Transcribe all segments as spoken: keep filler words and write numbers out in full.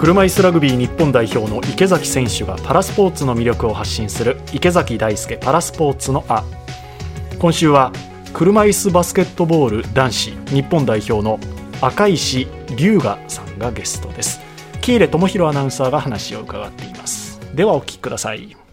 車椅子ラグビー日本代表の池崎選手がパラスポーツの魅力を発信する池崎大輔パラスポーツのあ。今週は車椅子バスケットボール男子日本代表の赤石龍河さんがゲストです。喜入智弘アナウンサーが話を伺っています。ではお聞きください。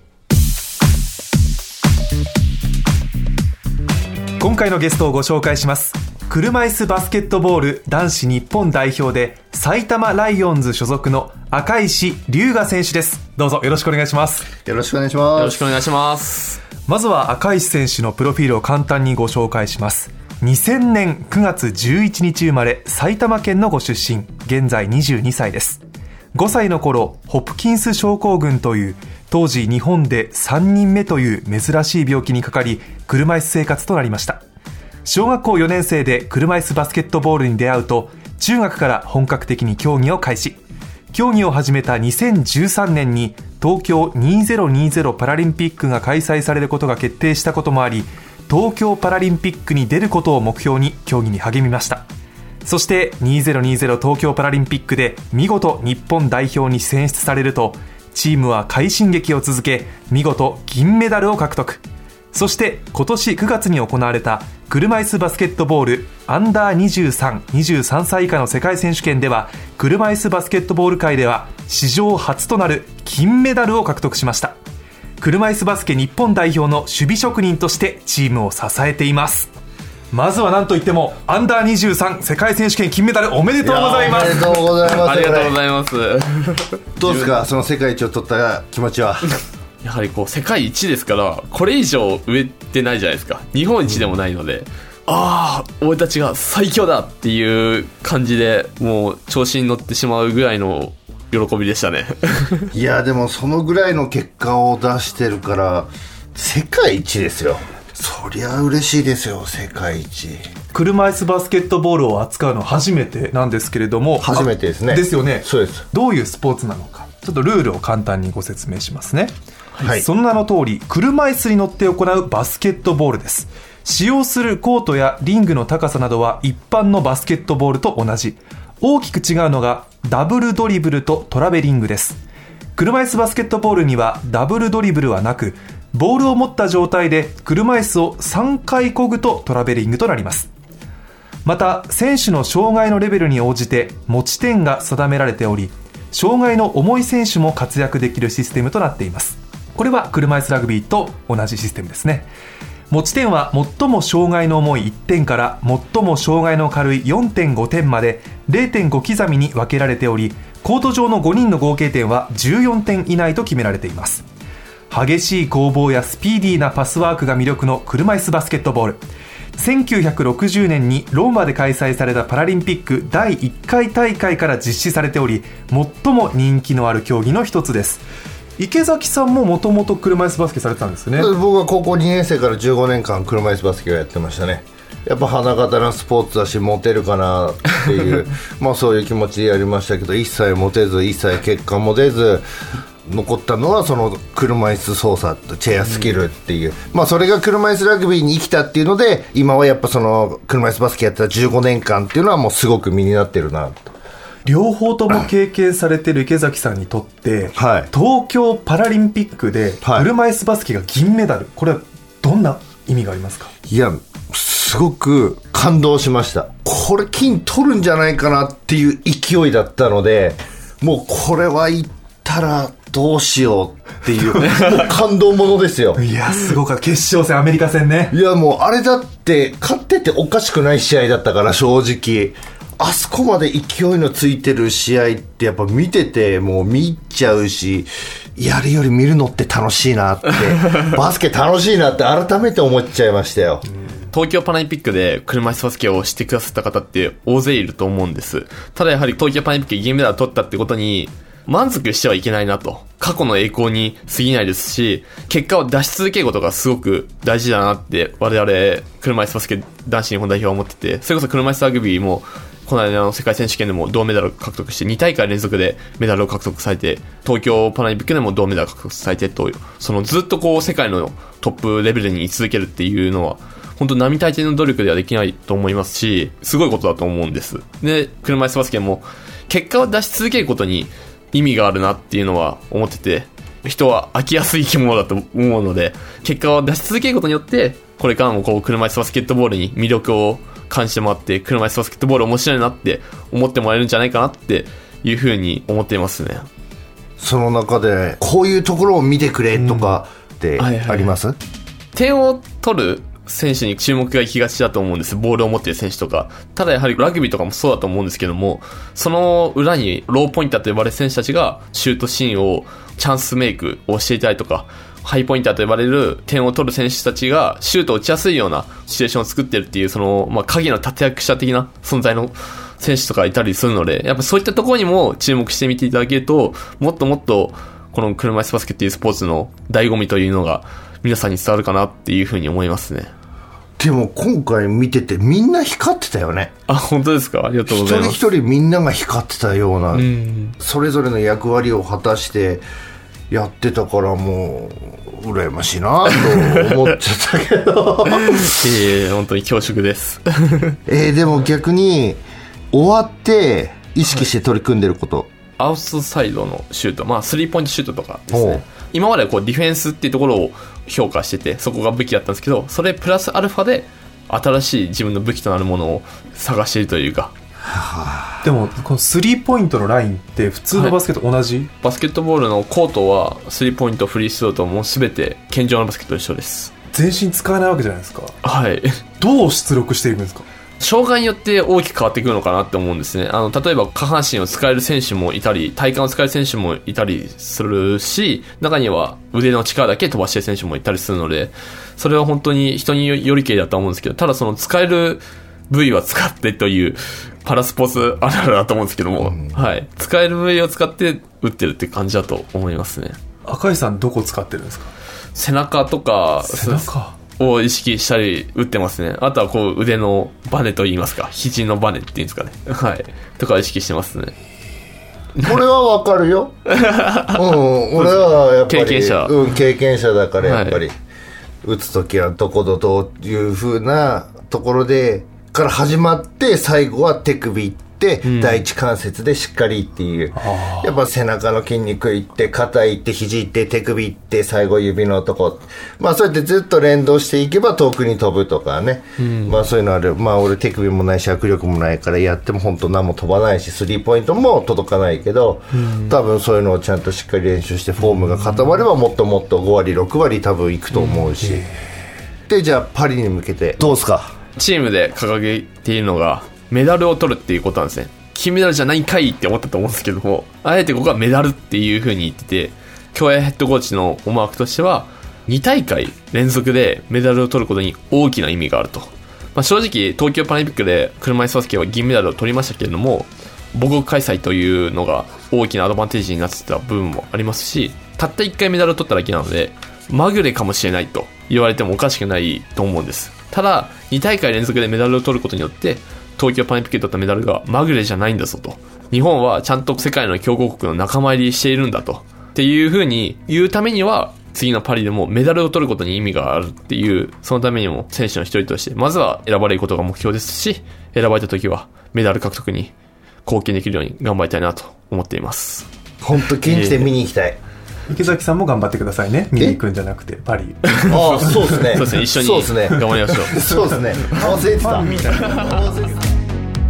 今回のゲストをご紹介します。車椅子バスケットボール男子日本代表で埼玉ライオンズ所属の赤石龍河選手です。どうぞよろしくお願いします。 よろしくお願いします。 よろしくお願いします。 まずは赤石選手のプロフィールを簡単にご紹介します。にせんねんくがつじゅういちにち生まれ、埼玉県のご出身、現在にじゅうにさいです。ごさいの頃、ホプキンス症候群という当時日本でさんにんめという珍しい病気にかかり、車椅子生活となりました。小学校よねんせいで車椅子バスケットボールに出会うと、中学から本格的に競技を開始。競技を始めたにせんじゅうさんねんに東京にせんにじゅうパラリンピックが開催されることが決定したこともあり、東京パラリンピックに出ることを目標に競技に励みました。そしてにせんにじゅう東京パラリンピックで見事日本代表に選出されると、チームは快進撃を続け、見事銀メダルを獲得。そして今年くがつに行われた車椅子バスケットボールアンダーにじゅうさん、にじゅうさんさい以下の世界選手権では、車椅子バスケットボール界では史上初となる金メダルを獲得しました。車椅子バスケ日本代表の守備職人としてチームを支えています。まずは何といってもアンダーにじゅうさん世界選手権金メダルおめでとうございます。 おめでとうございます。 ありがとうございます。 どうですか、その世界一を取った気持ちは。 やはりこう世界一ですから、これ以上上ってないじゃないですか。日本一でもないので、うん、ああ俺たちが最強だっていう感じで、もう調子に乗ってしまうぐらいの喜びでしたね。 いやでもそのぐらいの結果を出してるから世界一ですよ。そりゃ嬉しいですよ、世界一。 車椅子バスケットボールを扱うのは初めてなんですけれども。 初めてですね。 ですよね。 そうです。 どういうスポーツなのか、ちょっとルールを簡単にご説明しますね。 はい、 その名の通り、車椅子に乗って行うバスケットボールです。使用するコートやリングの高さなどは一般のバスケットボールと同じ。大きく違うのがダブルドリブルとトラベリングです。車椅子バスケットボールにはダブルドリブルはなく、ボールを持った状態で車椅子をさんかい漕ぐとトラベリングとなります。また選手の障害のレベルに応じて持ち点が定められており、障害の重い選手も活躍できるシステムとなっています。これは車椅子ラグビーと同じシステムですね。持ち点は最も障害の重いいってんから最も障害の軽い よんてんごてんまで れいてんご 刻みに分けられており、コート上のごにんの合計点はじゅうよんてん以内と決められています。激しい攻防やスピーディーなパスワークが魅力の車椅子バスケットボール。せんきゅうひゃくろくじゅうねんにローマで開催されたパラリンピックだいいっかい大会から実施されており、最も人気のある競技の一つです。池崎さんももともと車椅子バスケされてたんですね。 僕は高校にねんせいからじゅうごねんかん車椅子バスケをやってましたね。やっぱ花形なスポーツだしモテるかなっていうまあそういう気持ちでやりましたけど、一切モテず一切結果も出ず、残ったのはその車椅子操作とチェアスキルっていう、うん、まあそれが車椅子ラグビーに生きたっていうので、今はやっぱその車椅子バスケやってたじゅうごねんかんっていうのはもうすごく身になってるなと。 両方とも経験されてる池崎さんにとって、はい、東京パラリンピックで車椅子バスケが銀メダル、これはどんな意味がありますか？ いやすごく感動しました。これ金取るんじゃないかなっていう勢いだったので、もうこれは言ったらどうしようっていうもう感動ものですよ。 いやすごかった。決勝戦アメリカ戦ね。 いやもうあれだって勝ってておかしくない試合だったから、正直あそこまで勢いのついてる試合ってやっぱ見ててもう見入っちゃうし、やるより見るのって楽しいなってバスケ楽しいなって改めて思っちゃいましたよ。 東京パラリンピックで車椅子バスケをしてくださった方って大勢いると思うんです。ただやはり東京パラリンピックで銀メダルを取ったってことに満足してはいけないなと。過去の栄光に過ぎないですし、結果を出し続けることがすごく大事だなって我々車椅子バスケ男子日本代表は思ってて、それこそ車椅子ラグビーもこの間の世界選手権でも銅メダルを獲得してに大会連続でメダルを獲得されて、東京パラリンピックでも銅メダルを獲得されてと、そのずっとこう世界のトップレベルに居続けるっていうのは本当並大抵の努力ではできないと思いますし、すごいことだと思うんです。で車椅子バスケも結果を出し続けることに意味があるなっていうのは思ってて、人は飽きやすい生き物だと思うので、結果を出し続けることによってこれからもこう車椅子バスケットボールに魅力を感じてもらって、車椅子バスケットボール面白いなって思ってもらえるんじゃないかなっていうふうに思っていますね。 その中でこういうところを見てくれとかってあります？ うんはいはい、点を取る選手に注目が行きがちだと思うんです。ボールを持っている選手とか。ただやはりラグビーとかもそうだと思うんですけども、その裏にローポインターと呼ばれる選手たちがシュートシーンをチャンスメイクをしていたりとか、ハイポインターと呼ばれる点を取る選手たちがシュートを打ちやすいようなシチュエーションを作ってるっていう、その、まあ、影の立役者的な存在の選手とかいたりするので、やっぱそういったところにも注目してみていただけると、もっともっとこの車椅子バスケっていうスポーツの醍醐味というのが皆さんに伝わるかなっていうふうに思いますね。 でも今回見ててみんな光ってたよね。 あ、本当ですか？ありがとうございます。 一人一人みんなが光ってたような、 うん、それぞれの役割を果たしてやってたから、もう羨ましいなと思っちゃったけどええ、本当に恐縮ですえー、でも逆に終わって意識して取り組んでること、はい、 アウトサイドのシュート、まあスリーポイントシュートとかですね。今まではこうディフェンスっていうところを評価してて、そこが武器だったんですけど、それプラスアルファで新しい自分の武器となるものを探しているというか。 でもこのスリーポイントのラインって普通のバスケット同じ、はい、 バスケットボールのコートはスリーポイント、フリースローともう全て健常なバスケットと一緒です。 全身使えないわけじゃないですか。 はい。 どう出力していくんですか？ 障害によって大きく変わってくるのかなって思うんですね。あの、例えば下半身を使える選手もいたり、体幹を使える選手もいたりするし、中には腕の力だけ飛ばしてる選手もいたりするので、それは本当に人によりけりだと思うんですけど、ただその使える部位は使ってというパラスポーツあるあるだと思うんですけども、うん、はい。使える部位を使って打ってるって感じだと思いますね。 赤井さんどこ使ってるんですか？ 背中とか、 背中を意識したり打ってますね。あとはこう腕のバネと言いますか、肘のバネっていうんですかね。はい。とか意識してますね。 俺はわかるよ。うん、俺はやっぱり経験者、 うん、経験者だからやっぱり、はい、打つときはどこどどういう風なところでから始まって、最後は手首いって、うん、第一関節でしっかりっていう、やっぱ背中の筋肉いって、肩いって、肘いって、手首いって、最後指のとこ、まあそうやってずっと連動していけば遠くに飛ぶとかね、うん、まあそういうのある。まあ俺手首もないし握力もないからやっても本当何も飛ばないし、スリーポイントも届かないけど、うん、多分そういうのをちゃんとしっかり練習してフォームが固まればもっともっとごわりろくわり多分いくと思うし、うん、でじゃあパリに向けてどうですか？ チームで掲げているのがメダルを取るっていうことなんですね。金メダルじゃないんかいって思ったと思うんですけども、あえてここはメダルっていう風に言ってて、京谷ヘッドコーチの思惑としてはに大会連続でメダルを取ることに大きな意味があると。まあ、正直東京パラリンピックで車椅子バスケは銀メダルを取りましたけれども、母国開催というのが大きなアドバンテージになってた部分もありますし、たったいっかいメダルを取っただけなのでまぐれかもしれないと言われてもおかしくないと思うんです。ただに大会連続でメダルを取ることによって東京パラリンピックで取ったメダルがまぐれじゃないんだぞと、日本はちゃんと世界の強豪国の仲間入りしているんだとっていう風に言うためには、次のパリでもメダルを取ることに意味があるっていう、そのためにも選手の一人としてまずは選ばれることが目標ですし、選ばれた時はメダル獲得に貢献できるように頑張りたいなと思っています。 本当現地で見に行きたい。 池崎さんも頑張ってくださいね。見に行くんじゃなくてパリ。 ああ、そうですね。 そうですね。一緒に頑張りましょう。 そうですね。忘れてた。忘れてた。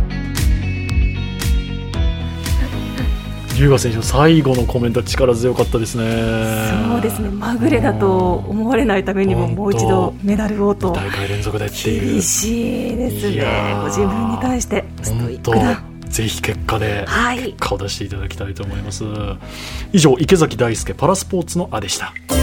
優雅選手の最後のコメント力強かったですね。 そうですね。まぐれだと思われないためにももう一度メダルをと。 大会連続でっていう。 厳しいですね。ご自分に対してストイックだ。 ぜひ結果で結果を出していただきたいと思います。はい、以上池崎大輔パラスポーツのあでした。